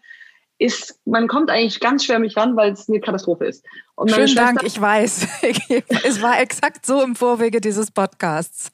man kommt eigentlich ganz schwer mich ran, weil es eine Katastrophe ist. Und Schönen Dank, ich weiß. Es war exakt so im Vorwege dieses Podcasts.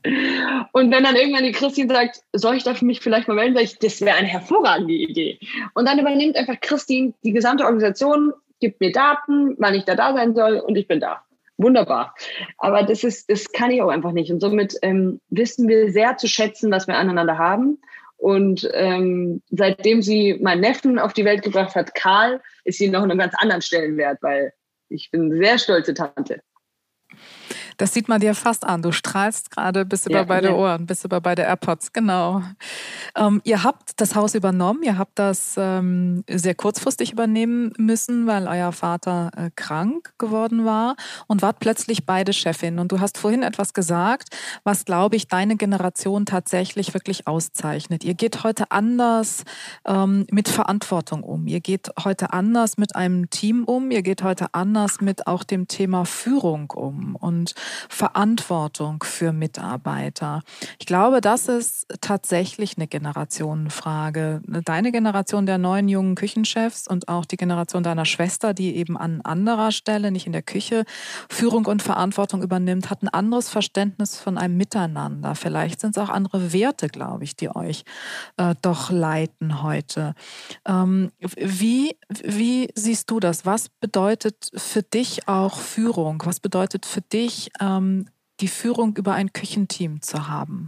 Und wenn dann irgendwann die Christine sagt, soll ich da für mich vielleicht mal melden, das wäre eine hervorragende Idee. Und dann übernimmt einfach Christine die gesamte Organisation, gibt mir Daten, wann ich da sein soll und ich bin da. Wunderbar. Aber das kann ich auch einfach nicht. Und somit wissen wir sehr zu schätzen, was wir aneinander haben Und seitdem sie meinen Neffen auf die Welt gebracht hat, Karl, ist sie noch in einem ganz anderen Stellenwert, weil ich bin eine sehr stolze Tante. Das sieht man dir fast an. Du strahlst gerade bis über beide Ohren, bis über beide AirPods. Genau. Ihr habt das Haus übernommen. Ihr habt das sehr kurzfristig übernehmen müssen, weil euer Vater krank geworden war und wart plötzlich beide Chefin. Und du hast vorhin etwas gesagt, was, glaube ich, deine Generation tatsächlich wirklich auszeichnet. Ihr geht heute anders mit Verantwortung um. Ihr geht heute anders mit einem Team um. Ihr geht heute anders mit auch dem Thema Führung um und Verantwortung für Mitarbeiter. Ich glaube, das ist tatsächlich eine Generationenfrage. Deine Generation der neuen jungen Küchenchefs und auch die Generation deiner Schwester, die eben an anderer Stelle, nicht in der Küche, Führung und Verantwortung übernimmt, hat ein anderes Verständnis von einem Miteinander. Vielleicht sind es auch andere Werte, glaube ich, die euch doch leiten heute. Wie siehst du das? Was bedeutet für dich auch Führung? Was bedeutet für dich die Führung über ein Küchenteam zu haben?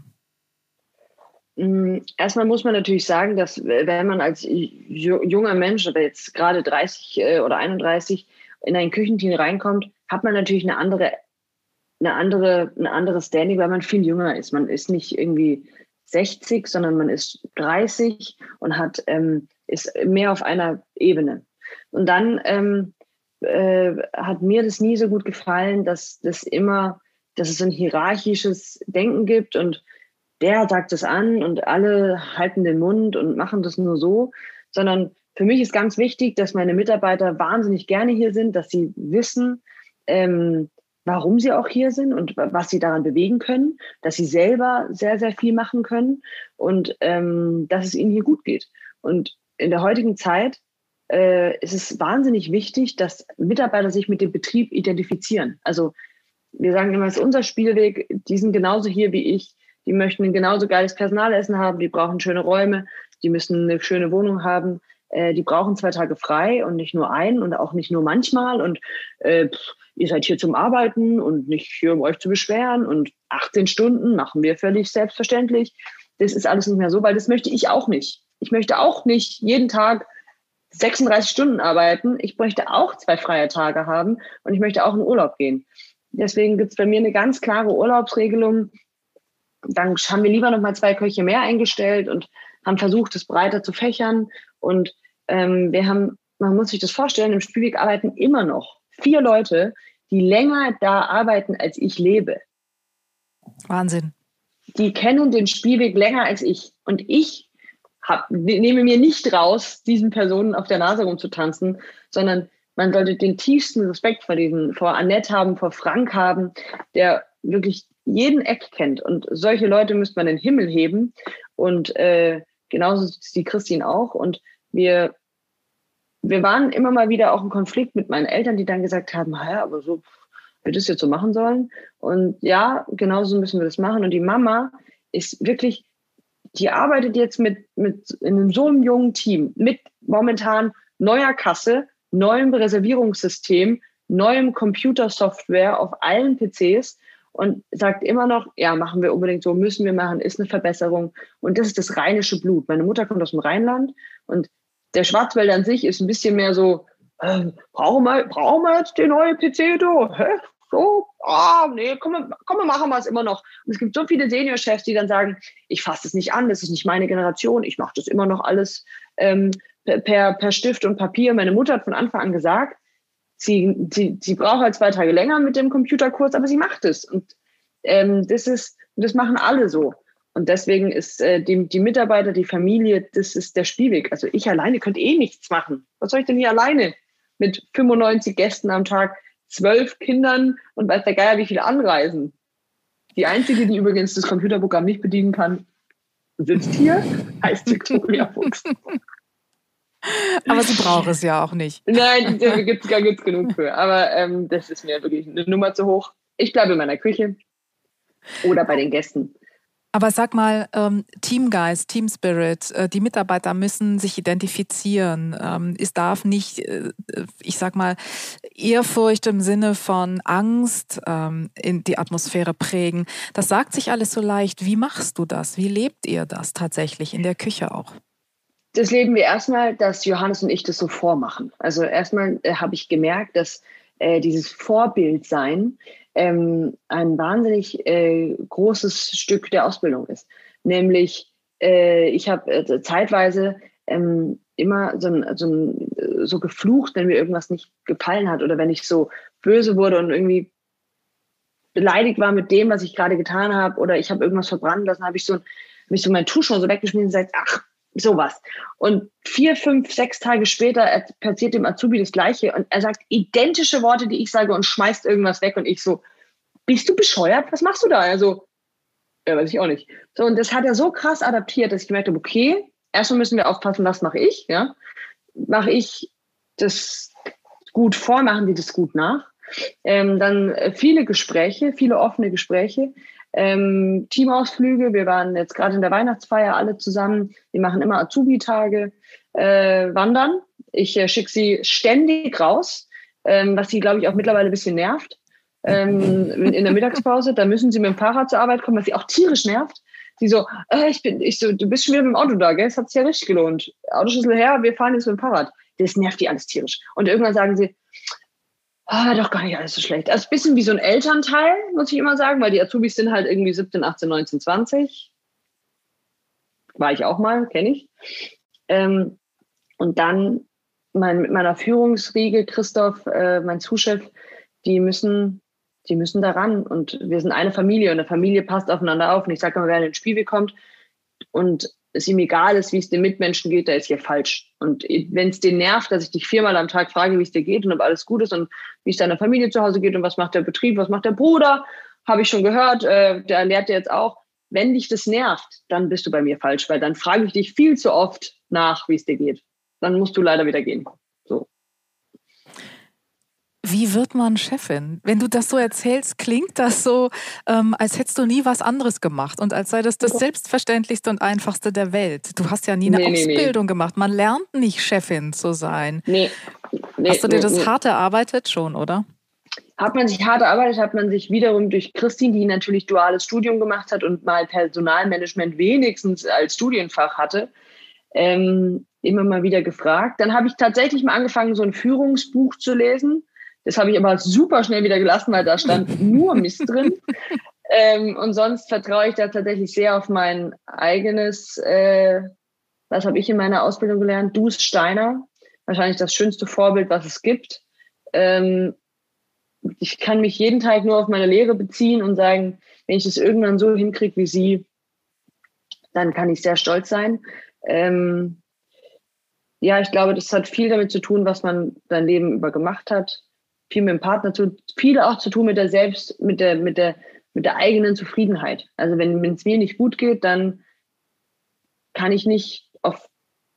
Erstmal muss man natürlich sagen, dass wenn man als junger Mensch oder jetzt gerade 30 oder 31 in ein Küchenteam reinkommt, hat man natürlich ein anderes Standing, weil man viel jünger ist. Man ist nicht irgendwie 60, sondern man ist 30 und ist mehr auf einer Ebene. Und dann hat mir das nie so gut gefallen, dass es so ein hierarchisches Denken gibt und der sagt es an und alle halten den Mund und machen das nur so, sondern für mich ist ganz wichtig, dass meine Mitarbeiter wahnsinnig gerne hier sind, dass sie wissen, warum sie auch hier sind und was sie daran bewegen können, dass sie selber sehr, sehr viel machen können und dass es ihnen hier gut geht. Und in der heutigen Zeit ist es wahnsinnig wichtig, dass Mitarbeiter sich mit dem Betrieb identifizieren. Also wir sagen immer, es ist unser Spielweg, die sind genauso hier wie ich, die möchten ein genauso geiles Personalessen haben, die brauchen schöne Räume, die müssen eine schöne Wohnung haben, die brauchen 2 Tage frei und nicht nur einen und auch nicht nur manchmal und ihr seid hier zum Arbeiten und nicht hier, um euch zu beschweren und 18 Stunden machen wir völlig selbstverständlich. Das ist alles nicht mehr so, weil das möchte ich auch nicht. Ich möchte auch nicht jeden Tag 36 Stunden arbeiten. Ich möchte auch 2 freie Tage haben und ich möchte auch in Urlaub gehen. Deswegen gibt es bei mir eine ganz klare Urlaubsregelung. Dann haben wir lieber noch mal 2 Köche mehr eingestellt und haben versucht, es breiter zu fächern. Und man muss sich das vorstellen, im Spielweg arbeiten immer noch 4 Leute, die länger da arbeiten, als ich lebe. Wahnsinn. Die kennen den Spielweg länger als ich. Und ich nehme mir nicht raus, diesen Personen auf der Nase rumzutanzen, sondern man sollte den tiefsten Respekt vor Annette haben, vor Frank haben, der wirklich jeden Eck kennt. Und solche Leute müsste man in den Himmel heben. Und genauso ist die Christine auch. Und wir waren immer mal wieder auch im Konflikt mit meinen Eltern, die dann gesagt haben, naja, aber so, wir das jetzt so machen sollen. Und ja, genauso müssen wir das machen. Und die Mama ist wirklich, die arbeitet jetzt in so einem jungen Team mit momentan neuer Kasse, neuem Reservierungssystem, neuem Computersoftware auf allen PCs und sagt immer noch, ja, machen wir unbedingt so, müssen wir machen, ist eine Verbesserung. Und das ist das rheinische Blut. Meine Mutter kommt aus dem Rheinland und der Schwarzwälder an sich ist ein bisschen mehr so, brauchen wir jetzt den neuen PC, du? Hä? So? Nee, komm, machen wir es immer noch. Und es gibt so viele Seniorchefs, die dann sagen, ich fasse es nicht an, das ist nicht meine Generation, ich mache das immer noch alles per Stift und Papier. Meine Mutter hat von Anfang an gesagt, sie braucht halt 2 Tage länger mit dem Computerkurs, aber sie macht es. Und das machen alle so. Und deswegen ist die Mitarbeiter, die Familie, das ist der Spielweg. Also ich alleine könnte nichts machen. Was soll ich denn hier alleine mit 95 Gästen am Tag, 12 Kindern und weiß der Geier, wie viele anreisen? Die einzige, die übrigens das Computerprogramm nicht bedienen kann, sitzt hier, heißt Victoria Fuchs. Aber sie braucht es ja auch nicht. Nein, da gibt's genug für. Aber das ist mir wirklich eine Nummer zu hoch. Ich bleibe in meiner Küche oder bei den Gästen. Aber sag mal, Teamgeist, Team Spirit, die Mitarbeiter müssen sich identifizieren. Es darf nicht, ich sag mal, Ehrfurcht im Sinne von Angst in die Atmosphäre prägen. Das sagt sich alles so leicht. Wie machst du das? Wie lebt ihr das tatsächlich in der Küche auch? Das leben wir erstmal, dass Johannes und ich das so vormachen. Also erstmal habe ich gemerkt, dass dieses Vorbildsein ein wahnsinnig großes Stück der Ausbildung ist. Nämlich, ich habe zeitweise immer so geflucht, wenn mir irgendwas nicht gefallen hat oder wenn ich so böse wurde und irgendwie beleidigt war mit dem, was ich gerade getan habe oder ich habe irgendwas verbrannt lassen, habe ich so mein Tuch schon so weggeschmissen und gesagt, ach, sowas. Und 4, 5, 6 Tage später passiert dem Azubi das Gleiche und er sagt identische Worte, die ich sage und schmeißt irgendwas weg und ich so, bist du bescheuert? Was machst du da? Also, ja, weiß ich auch nicht. So, und das hat er so krass adaptiert, dass ich gemerkt habe, okay, erstmal müssen wir aufpassen, was mache ich, ja? Mache ich das gut vor, machen die das gut nach? Dann viele Gespräche, viele offene Gespräche, Teamausflüge. Wir waren jetzt gerade in der Weihnachtsfeier alle zusammen. Wir machen immer Azubi-Tage, wandern. Ich schicke sie ständig raus, was sie, glaube ich, auch mittlerweile ein bisschen nervt. In der Mittagspause, da müssen sie mit dem Fahrrad zur Arbeit kommen, was sie auch tierisch nervt. Sie so, du bist schon wieder mit dem Auto da, gell? Das hat sich ja richtig gelohnt. Autoschlüssel her, wir fahren jetzt mit dem Fahrrad. Das nervt die alles tierisch. Und irgendwann sagen sie, doch gar nicht alles so schlecht. Also ein bisschen wie so ein Elternteil, muss ich immer sagen, weil die Azubis sind halt irgendwie 17, 18, 19, 20. War ich auch mal, kenne ich. Und dann mit meiner Führungsriege, Christoph, mein Zuschef, die müssen da ran. Und wir sind eine Familie und eine Familie passt aufeinander auf. Und ich sage immer, wer in den Spiegel kommt und es ihm egal ist, wie es den Mitmenschen geht, der ist hier falsch. Und wenn es den nervt, dass ich dich 4-mal am Tag frage, wie es dir geht und ob alles gut ist und wie es deiner Familie zu Hause geht und was macht der Betrieb, was macht der Bruder, habe ich schon gehört, der lehrt dir jetzt auch. Wenn dich das nervt, dann bist du bei mir falsch, weil dann frage ich dich viel zu oft nach, wie es dir geht. Dann musst du leider wieder gehen. So. Wie wird man Chefin? Wenn du das so erzählst, klingt das so, als hättest du nie was anderes gemacht und als sei das das Selbstverständlichste und Einfachste der Welt. Du hast ja nie eine Ausbildung gemacht. Man lernt nicht Chefin zu sein. Hast du dir das hart erarbeitet schon, oder? Hat man sich hart erarbeitet, hat man sich wiederum durch Christine, die natürlich duales Studium gemacht hat und mal Personalmanagement wenigstens als Studienfach hatte, immer mal wieder gefragt. Dann habe ich tatsächlich mal angefangen, so ein Führungsbuch zu lesen. Das habe ich aber super schnell wieder gelassen, weil da stand nur Mist drin. Und sonst vertraue ich da tatsächlich sehr auf mein eigenes, was habe ich in meiner Ausbildung gelernt? Dus Steiner, wahrscheinlich das schönste Vorbild, was es gibt. Ich kann mich jeden Tag nur auf meine Lehre beziehen und sagen, wenn ich das irgendwann so hinkriege wie sie, dann kann ich sehr stolz sein. Ja, ich glaube, das hat viel damit zu tun, was man sein Leben über gemacht hat. Viel mit dem Partner viel auch zu tun mit der eigenen Zufriedenheit. Also wenn es mir nicht gut geht, dann kann ich nicht auf,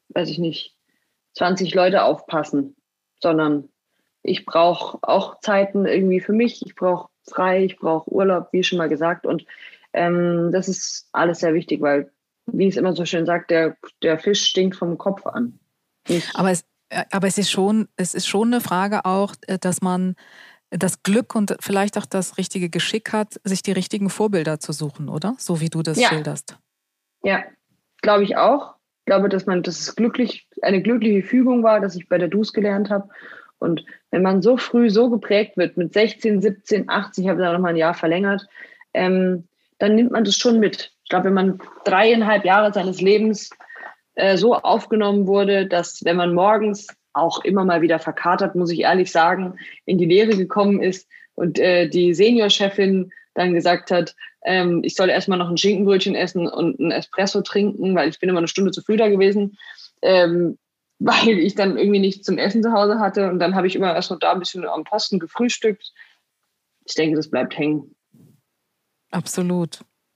20 Leute aufpassen, sondern ich brauche auch Zeiten irgendwie für mich. Ich brauche frei, ich brauche Urlaub, wie schon mal gesagt. Und das ist alles sehr wichtig, weil, wie es immer so schön sagt, der Fisch stinkt vom Kopf an. Aber es ist schon eine Frage auch, dass man das Glück und vielleicht auch das richtige Geschick hat, sich die richtigen Vorbilder zu suchen, oder? So wie du das schilderst. Ja, glaube ich auch. Ich glaube, dass es eine glückliche Fügung war, dass ich bei der Dus gelernt habe. Und wenn man so früh so geprägt wird, mit 16, 17, 18, ich habe da nochmal ein Jahr verlängert, dann nimmt man das schon mit. Ich glaube, wenn man 3,5 Jahre seines Lebens so aufgenommen wurde, dass wenn man morgens auch immer mal wieder verkatert, muss ich ehrlich sagen, in die Lehre gekommen ist und die Seniorchefin dann gesagt hat, ich soll erstmal noch ein Schinkenbrötchen essen und ein Espresso trinken, weil ich bin immer eine Stunde zu früh da gewesen, weil ich dann irgendwie nichts zum Essen zu Hause hatte. Und dann habe ich immer erst noch da ein bisschen am Posten gefrühstückt. Ich denke, das bleibt hängen. Absolut.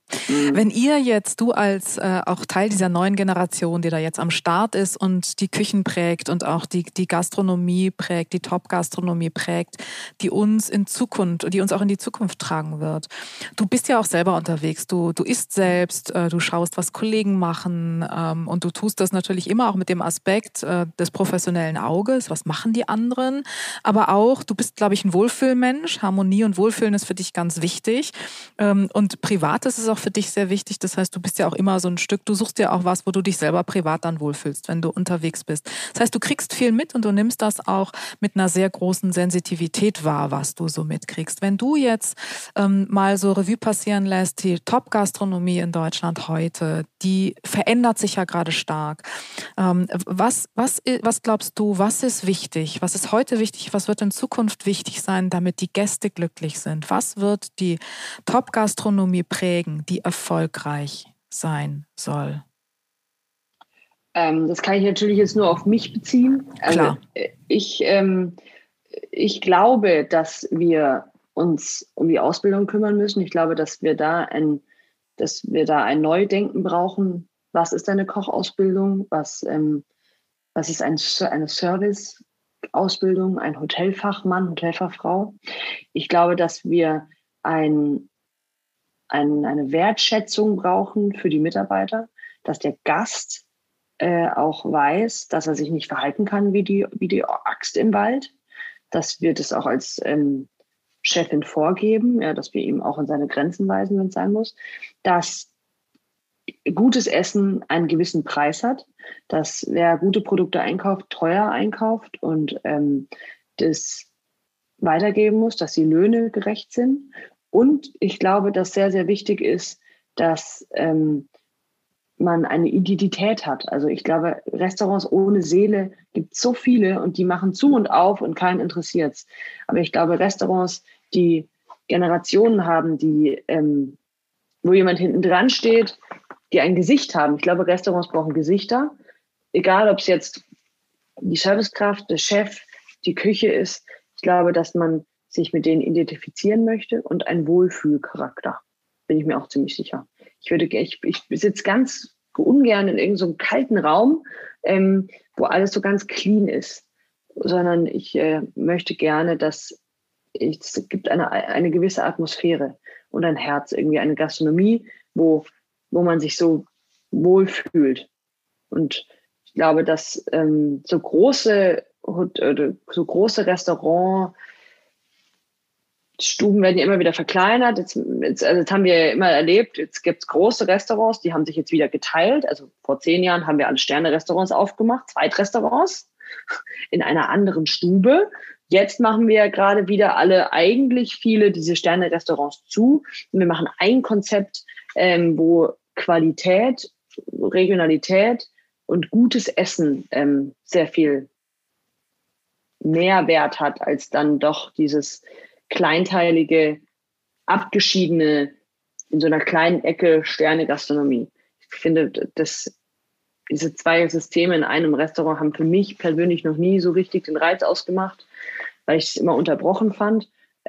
Wenn ihr jetzt, du als auch Teil dieser neuen Generation, die da jetzt am Start ist und die Küchen prägt und auch die Gastronomie prägt, die Top-Gastronomie prägt, die uns auch in die Zukunft tragen wird. Du bist ja auch selber unterwegs, du isst selbst, du schaust, was Kollegen machen, und du tust das natürlich immer auch mit dem Aspekt des professionellen Auges, was machen die anderen, aber auch, du bist, glaube ich, ein Wohlfühlmensch, Harmonie und Wohlfühlen ist für dich ganz wichtig, und Privates ist auch für dich sehr wichtig. Das heißt, du bist ja auch immer so ein Stück, du suchst ja auch was, wo du dich selber privat dann wohlfühlst, wenn du unterwegs bist. Das heißt, du kriegst viel mit und du nimmst das auch mit einer sehr großen Sensitivität wahr, was du so mitkriegst. Wenn du jetzt mal so Revue passieren lässt, die Top-Gastronomie in Deutschland heute, die verändert sich ja gerade stark. Was glaubst du, was ist wichtig? Was ist heute wichtig? Was wird in Zukunft wichtig sein, damit die Gäste glücklich sind? Was wird die Top-Gastronomie prägen, die erfolgreich sein soll? Das kann ich natürlich jetzt nur auf mich beziehen. Also Klar. Ich glaube, dass wir uns um die Ausbildung kümmern müssen. Ich glaube, dass wir da ein Neudenken brauchen. Was ist eine Kochausbildung? Was ist eine Serviceausbildung? Ein Hotelfachmann, Hotelfachfrau? Ich glaube, dass wir eine Wertschätzung brauchen für die Mitarbeiter, dass der Gast auch weiß, dass er sich nicht verhalten kann wie die Axt im Wald, dass wir das auch als Chefin vorgeben, ja, dass wir ihm auch in seine Grenzen weisen, wenn es sein muss, dass gutes Essen einen gewissen Preis hat, dass wer gute Produkte einkauft, teuer einkauft und das weitergeben muss, dass die Löhne gerecht sind. Und ich glaube, dass sehr, sehr wichtig ist, dass man eine Identität hat. Also ich glaube, Restaurants ohne Seele gibt es so viele und die machen zu und auf und keinen interessiert's. Aber ich glaube, Restaurants, die Generationen haben, wo jemand hinten dran steht, die ein Gesicht haben. Ich glaube, Restaurants brauchen Gesichter. Egal, ob es jetzt die Servicekraft, der Chef, die Küche ist. Ich glaube, dass man sich mit denen identifizieren möchte und ein Wohlfühlcharakter. Bin ich mir auch ziemlich sicher. Ich sitze ganz ungern in irgendeinem so kalten Raum, wo alles so ganz clean ist, sondern ich möchte gerne, es gibt eine gewisse Atmosphäre und ein Herz, irgendwie eine Gastronomie, wo man sich so wohlfühlt. Und ich glaube, dass so große Restaurants, Stuben werden ja immer wieder verkleinert. Jetzt haben wir ja immer erlebt, jetzt gibt es große Restaurants, die haben sich jetzt wieder geteilt. Also vor 10 Jahren haben wir alle Sterne-Restaurants aufgemacht, Zweitrestaurants in einer anderen Stube. Jetzt machen wir gerade wieder viele diese Sterne-Restaurants zu. Und wir machen ein Konzept, wo Qualität, Regionalität und gutes Essen sehr viel mehr Wert hat, als dann doch dieses kleinteilige, abgeschiedene, in so einer kleinen Ecke Sterne-Gastronomie. Ich finde, diese 2 Systeme in einem Restaurant haben für mich persönlich noch nie so richtig den Reiz ausgemacht, weil ich es immer unterbrochen fand.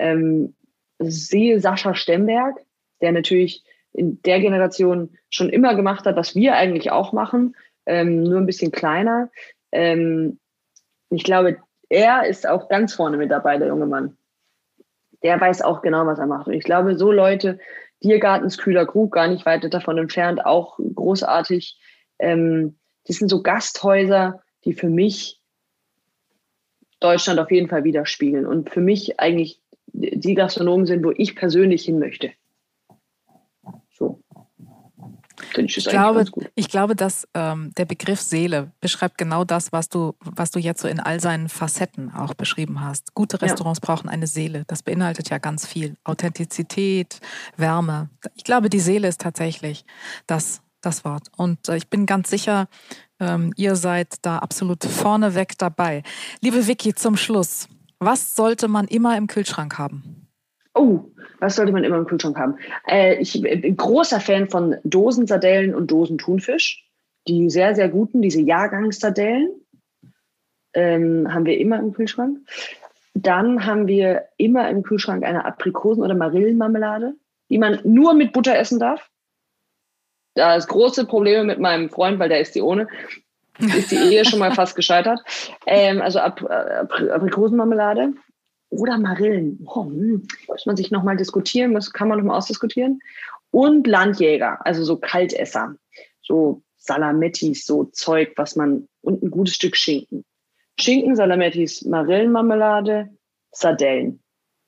Siehe Sascha Stemberg, der natürlich in der Generation schon immer gemacht hat, was wir eigentlich auch machen, nur ein bisschen kleiner. Ich glaube, er ist auch ganz vorne mit dabei, der junge Mann. Der weiß auch genau, was er macht. Und ich glaube, so Leute, Biergartens, Kühler Krug, gar nicht weit davon entfernt, auch großartig. Das sind so Gasthäuser, die für mich Deutschland auf jeden Fall widerspiegeln und für mich eigentlich die Gastronomen sind, wo ich persönlich hin möchte. So. Ich glaube, dass der Begriff Seele beschreibt genau das, was du jetzt so in all seinen Facetten auch beschrieben hast. Gute Restaurants brauchen eine Seele. Das beinhaltet ja ganz viel. Authentizität, Wärme. Ich glaube, die Seele ist tatsächlich das Wort. Und ich bin ganz sicher, ihr seid da absolut vorneweg dabei. Liebe Vicky, zum Schluss. Was sollte man immer im Kühlschrank haben? Oh, was sollte man immer im Kühlschrank haben? Ich bin großer Fan von Dosensardellen und Dosenthunfisch. Die sehr, sehr guten, diese Jahrgangssardellen haben wir immer im Kühlschrank. Dann haben wir immer im Kühlschrank eine Aprikosen- oder Marillenmarmelade, die man nur mit Butter essen darf. das große Probleme mit meinem Freund, weil der isst die ohne. Ist die Ehe schon mal fast gescheitert. Also Aprikosenmarmelade oder Marillen. Muss man sich nochmal diskutieren, das kann man nochmal ausdiskutieren. Und Landjäger, also so Kaltesser, so Salamettis, so Zeug, und ein gutes Stück Schinken. Schinken, Salamettis, Marillenmarmelade, Sardellen.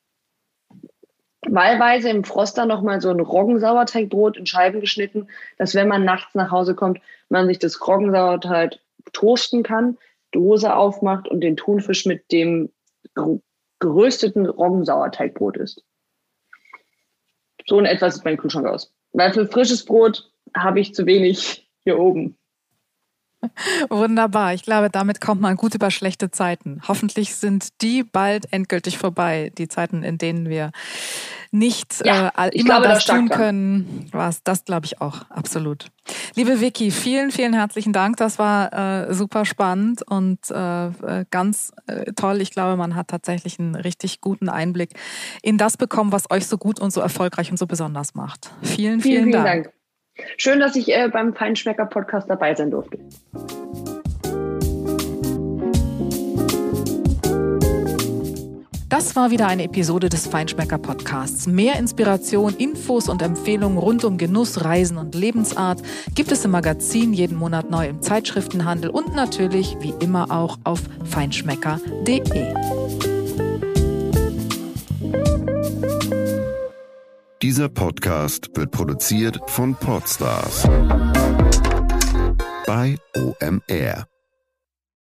Wahlweise im Froster nochmal so ein Roggensauerteigbrot in Scheiben geschnitten, dass wenn man nachts nach Hause kommt, man sich das Roggensauerteig toasten kann, Dose aufmacht und den Thunfisch mit dem gerösteten Roggensauerteigbrot isst. So in etwa sieht mein Kühlschrank aus. Weil für frisches Brot habe ich zu wenig hier oben. Wunderbar. Ich glaube, damit kommt man gut über schlechte Zeiten. Hoffentlich sind die bald endgültig vorbei. Die Zeiten, in denen wir nicht immer das tun können. Das glaube ich auch. Absolut. Liebe Vicky, vielen, vielen herzlichen Dank. Das war super spannend und ganz toll. Ich glaube, man hat tatsächlich einen richtig guten Einblick in das bekommen, was euch so gut und so erfolgreich und so besonders macht. Vielen, vielen Dank. Schön, dass ich beim Feinschmecker-Podcast dabei sein durfte. Das war wieder eine Episode des Feinschmecker-Podcasts. Mehr Inspiration, Infos und Empfehlungen rund um Genuss, Reisen und Lebensart gibt es im Magazin jeden Monat neu im Zeitschriftenhandel und natürlich wie immer auch auf feinschmecker.de. Dieser Podcast wird produziert von Podstars bei OMR.